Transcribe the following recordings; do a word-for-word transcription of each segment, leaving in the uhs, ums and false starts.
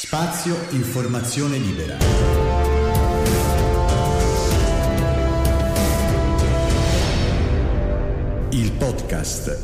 Spazio Informazione Libera. Il podcast.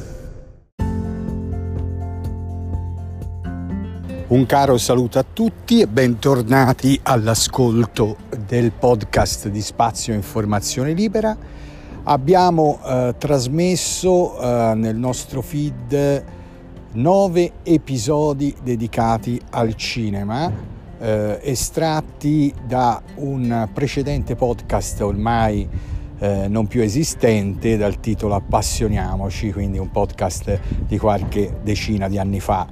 Un caro saluto a tutti e bentornati all'ascolto del podcast di Spazio Informazione Libera. Abbiamo eh, trasmesso eh, nel nostro feed nove episodi dedicati al cinema, eh, estratti da un precedente podcast ormai eh, non più esistente dal titolo Appassioniamoci, quindi un podcast di qualche decina di anni fa.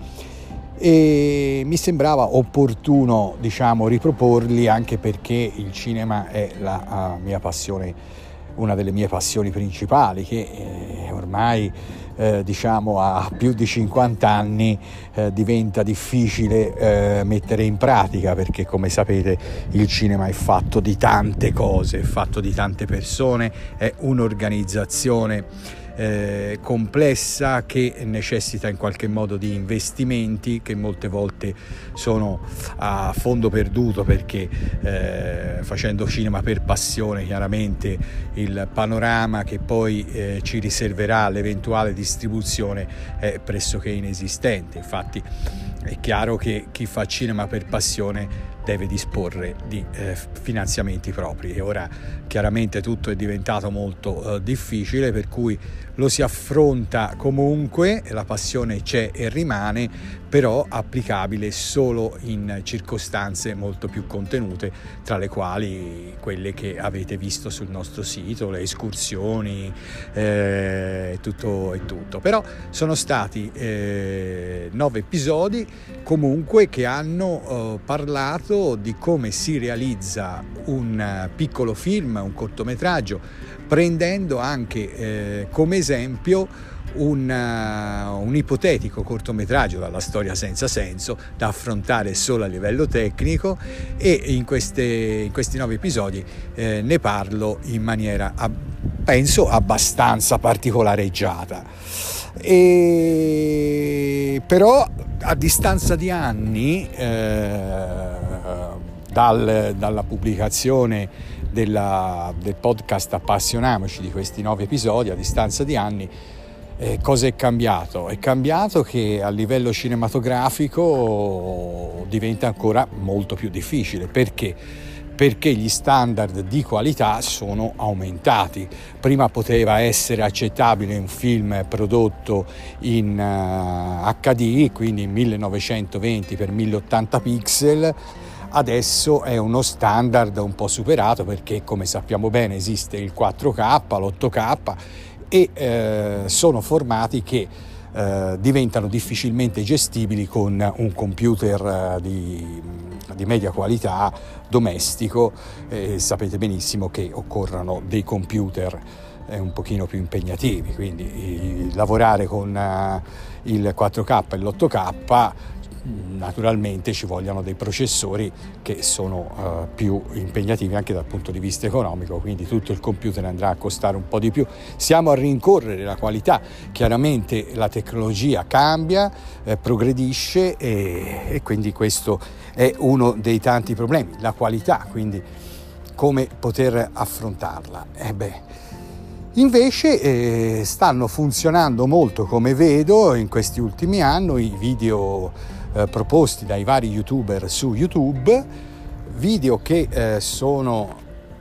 E mi sembrava opportuno, diciamo, riproporli, anche perché il cinema è la uh, mia passione, una delle mie passioni principali, che eh, ormai eh, diciamo a più di cinquanta anni eh, diventa difficile eh, mettere in pratica, perché come sapete il cinema è fatto di tante cose, è fatto di tante persone, è un'organizzazione Eh, complessa, che necessita in qualche modo di investimenti che molte volte sono a fondo perduto, perché eh, facendo cinema per passione chiaramente il panorama che poi eh, ci riserverà l'eventuale distribuzione è pressoché inesistente. Infatti è chiaro che chi fa cinema per passione deve disporre di eh, finanziamenti propri, e ora chiaramente tutto è diventato molto eh, difficile, per cui lo si affronta comunque, la passione c'è e rimane, però applicabile solo in circostanze molto più contenute, tra le quali quelle che avete visto sul nostro sito, le escursioni e eh, tutto e tutto. Però sono stati eh, nove episodi comunque che hanno eh, parlato di come si realizza un piccolo film, un cortometraggio, prendendo anche eh, come esempio un, uh, un ipotetico cortometraggio dalla storia senza senso, da affrontare solo a livello tecnico, e in, queste, in questi nove episodi eh, ne parlo in maniera ab- penso abbastanza particolareggiata. E però a distanza di anni eh, dal, dalla pubblicazione della, del podcast Appassionamoci, di questi nove episodi, a distanza di anni eh, cosa è cambiato? È cambiato che a livello cinematografico diventa ancora molto più difficile. Perché? Perché gli standard di qualità sono aumentati. Prima poteva essere accettabile un film prodotto in uh, acca di, quindi in millenovecentoventi per mille ottanta pixel. Adesso è uno standard un po' superato, perché come sappiamo bene esiste il quattro K, l'otto K, e eh, sono formati che eh, diventano difficilmente gestibili con un computer eh, di, di media qualità domestico. Eh, sapete benissimo che occorrono dei computer eh, un pochino più impegnativi, quindi eh, lavorare con eh, il quattro K e l'otto K naturalmente ci vogliono dei processori che sono uh, più impegnativi anche dal punto di vista economico, quindi tutto il computer andrà a costare un po' di più. Siamo a rincorrere la qualità, chiaramente la tecnologia cambia, eh, progredisce, e, e quindi questo è uno dei tanti problemi, la qualità, quindi come poter affrontarla. Eh beh, invece eh, stanno funzionando molto, come vedo in questi ultimi anni, i video Eh, proposti dai vari youtuber su YouTube, video che eh, sono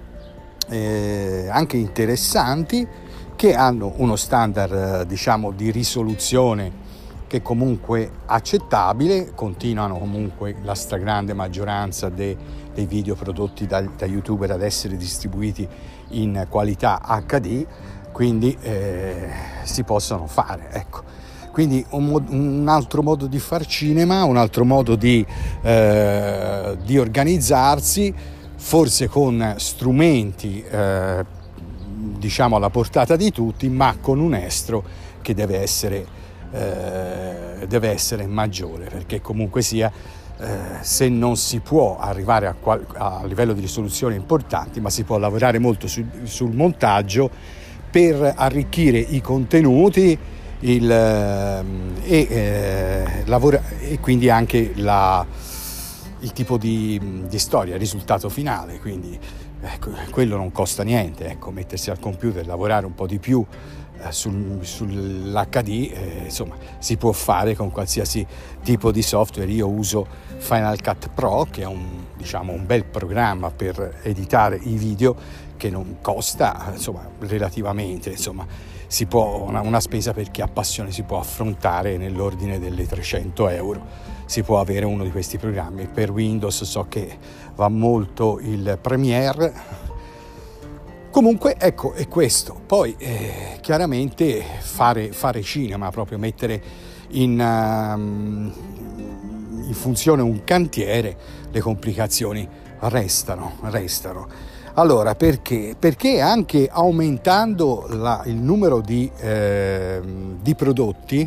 eh, anche interessanti, che hanno uno standard eh, diciamo di risoluzione che comunque accettabile. Continuano comunque la stragrande maggioranza de, dei video prodotti da, da youtuber ad essere distribuiti in qualità acca di, quindi eh, si possono fare, ecco. Quindi un, mod- un altro modo di far cinema, un altro modo di, eh, di organizzarsi, forse con strumenti eh, diciamo alla portata di tutti, ma con un estro che deve essere, eh, deve essere maggiore, perché comunque sia eh, se non si può arrivare a, qual- a livello di risoluzione importanti, ma si può lavorare molto sul, sul montaggio per arricchire i contenuti, il, e, eh, lavora, e quindi anche la, il tipo di, di storia, il risultato finale, quindi ecco, quello non costa niente, ecco, mettersi al computer, lavorare un po' di più eh, sul, sull'H D, eh, insomma, si può fare con qualsiasi tipo di software. Io uso Final Cut Pro, che è un, diciamo, un bel programma per editare i video, che non costa, insomma, relativamente, insomma, si può, una, una spesa per chi ha passione si può affrontare nell'ordine delle trecento euro. Si può avere uno di questi programmi. Per Windows so che va molto il Premiere. Comunque ecco, è questo. Poi eh, chiaramente fare, fare cinema, proprio mettere in, um, in funzione un cantiere, le complicazioni restano, restano. Allora, perché? Perché anche aumentando la, il numero di, eh, di prodotti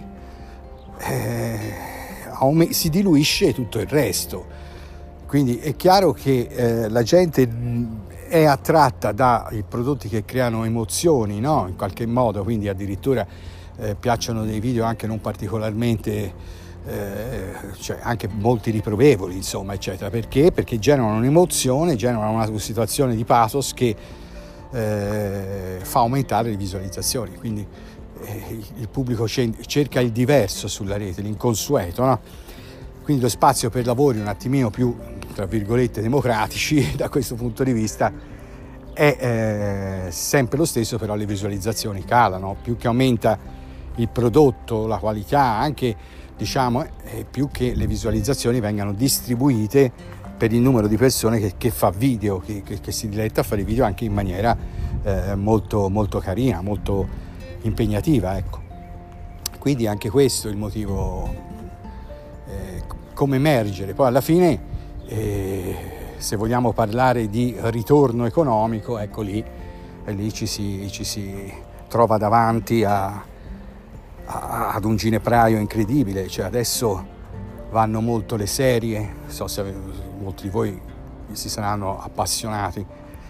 eh, si diluisce tutto il resto, quindi è chiaro che eh, la gente è attratta dai prodotti che creano emozioni, no? In qualche modo, quindi addirittura eh, piacciono dei video anche non particolarmente eh, cioè anche molti riprovevoli, insomma, eccetera. Perché? Perché generano un'emozione, generano una situazione di pathos che eh, fa aumentare le visualizzazioni, quindi il pubblico cerca il diverso sulla rete, l'inconsueto, no? Quindi lo spazio per lavori un attimino più, tra virgolette, democratici da questo punto di vista è eh, sempre lo stesso, però le visualizzazioni calano. Più che aumenta il prodotto, la qualità, anche, diciamo, eh, più che le visualizzazioni vengano distribuite per il numero di persone che, che fa video, che, che, che si diletta a fare video anche in maniera eh, molto, molto carina, molto impegnativa, ecco. Quindi anche questo è il motivo, eh, come emergere. Poi alla fine eh, se vogliamo parlare di ritorno economico, ecco lì, lì ci si, ci si trova davanti a, a, ad un ginepraio incredibile. Cioè adesso vanno molto le serie, so se molti di voi si saranno appassionati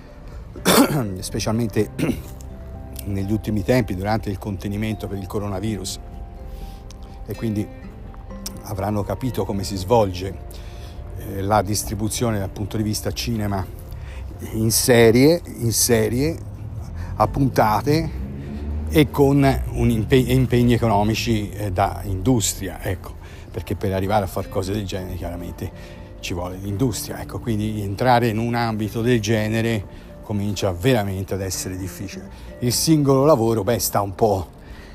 specialmente negli ultimi tempi durante il contenimento per il coronavirus, e quindi avranno capito come si svolge eh, la distribuzione dal punto di vista cinema in serie, in serie a puntate e con un impeg- impegni economici eh, da industria, ecco, perché per arrivare a fare cose del genere chiaramente ci vuole l'industria, ecco. Quindi entrare in un ambito del genere comincia veramente ad essere difficile. Il singolo lavoro, beh, sta un po'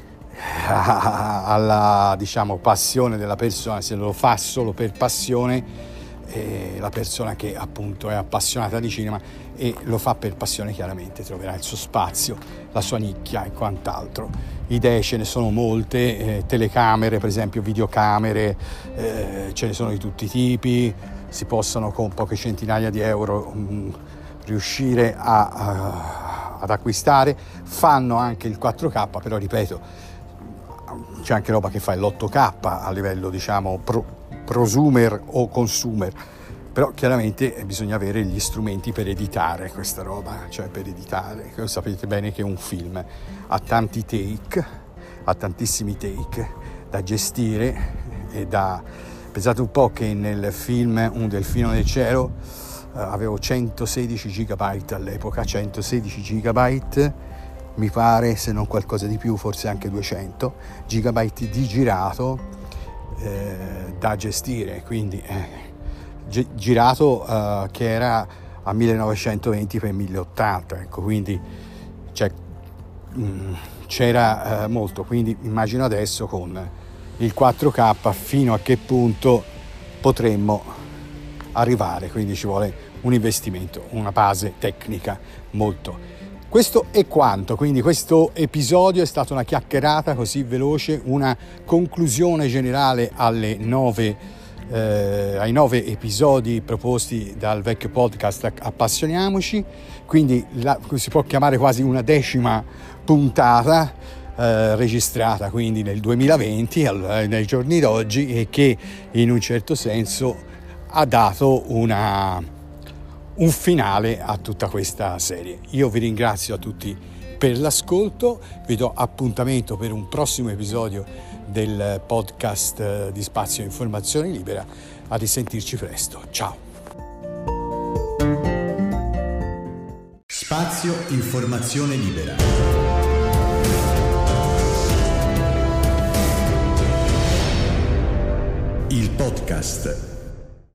alla, diciamo, passione della persona. Se lo fa solo per passione, eh, la persona che appunto è appassionata di cinema e lo fa per passione, chiaramente troverà il suo spazio, la sua nicchia e quant'altro. Idee ce ne sono molte, eh, telecamere per esempio, videocamere, eh, ce ne sono di tutti i tipi, si possono con poche centinaia di euro mh, riuscire a, a, ad acquistare. Fanno anche il quattro K, però ripeto, c'è anche roba che fa l'otto K a livello, diciamo, pro, prosumer o consumer, però chiaramente bisogna avere gli strumenti per editare questa roba, cioè per editare. Sapete bene che un film ha tanti take, ha tantissimi take da gestire e da... Pensate un po' che nel film Un delfino nel cielo avevo centosedici gigabyte all'epoca, centosedici gigabyte, mi pare, se non qualcosa di più, forse anche duecento gigabyte di girato eh, da gestire, quindi eh, gi- girato eh, che era a millenovecentoventi per mille ottanta, ecco, quindi cioè, mh, c'era eh, molto. Quindi immagino adesso con il quattro K fino a che punto potremmo arrivare, quindi ci vuole un investimento, una base tecnica molto. Questo è quanto, quindi questo episodio è stata una chiacchierata così veloce, una conclusione generale alle nove, eh, ai nove episodi proposti dal vecchio podcast Appassioniamoci, quindi la, si può chiamare quasi una decima puntata eh, registrata quindi nel duemilaventi, al, nei giorni d'oggi, e che in un certo senso ha dato una, un finale a tutta questa serie. Io vi ringrazio a tutti per l'ascolto, vi do appuntamento per un prossimo episodio del podcast di Spazio Informazione Libera. A risentirci presto, ciao. Spazio Informazione Libera. Il podcast.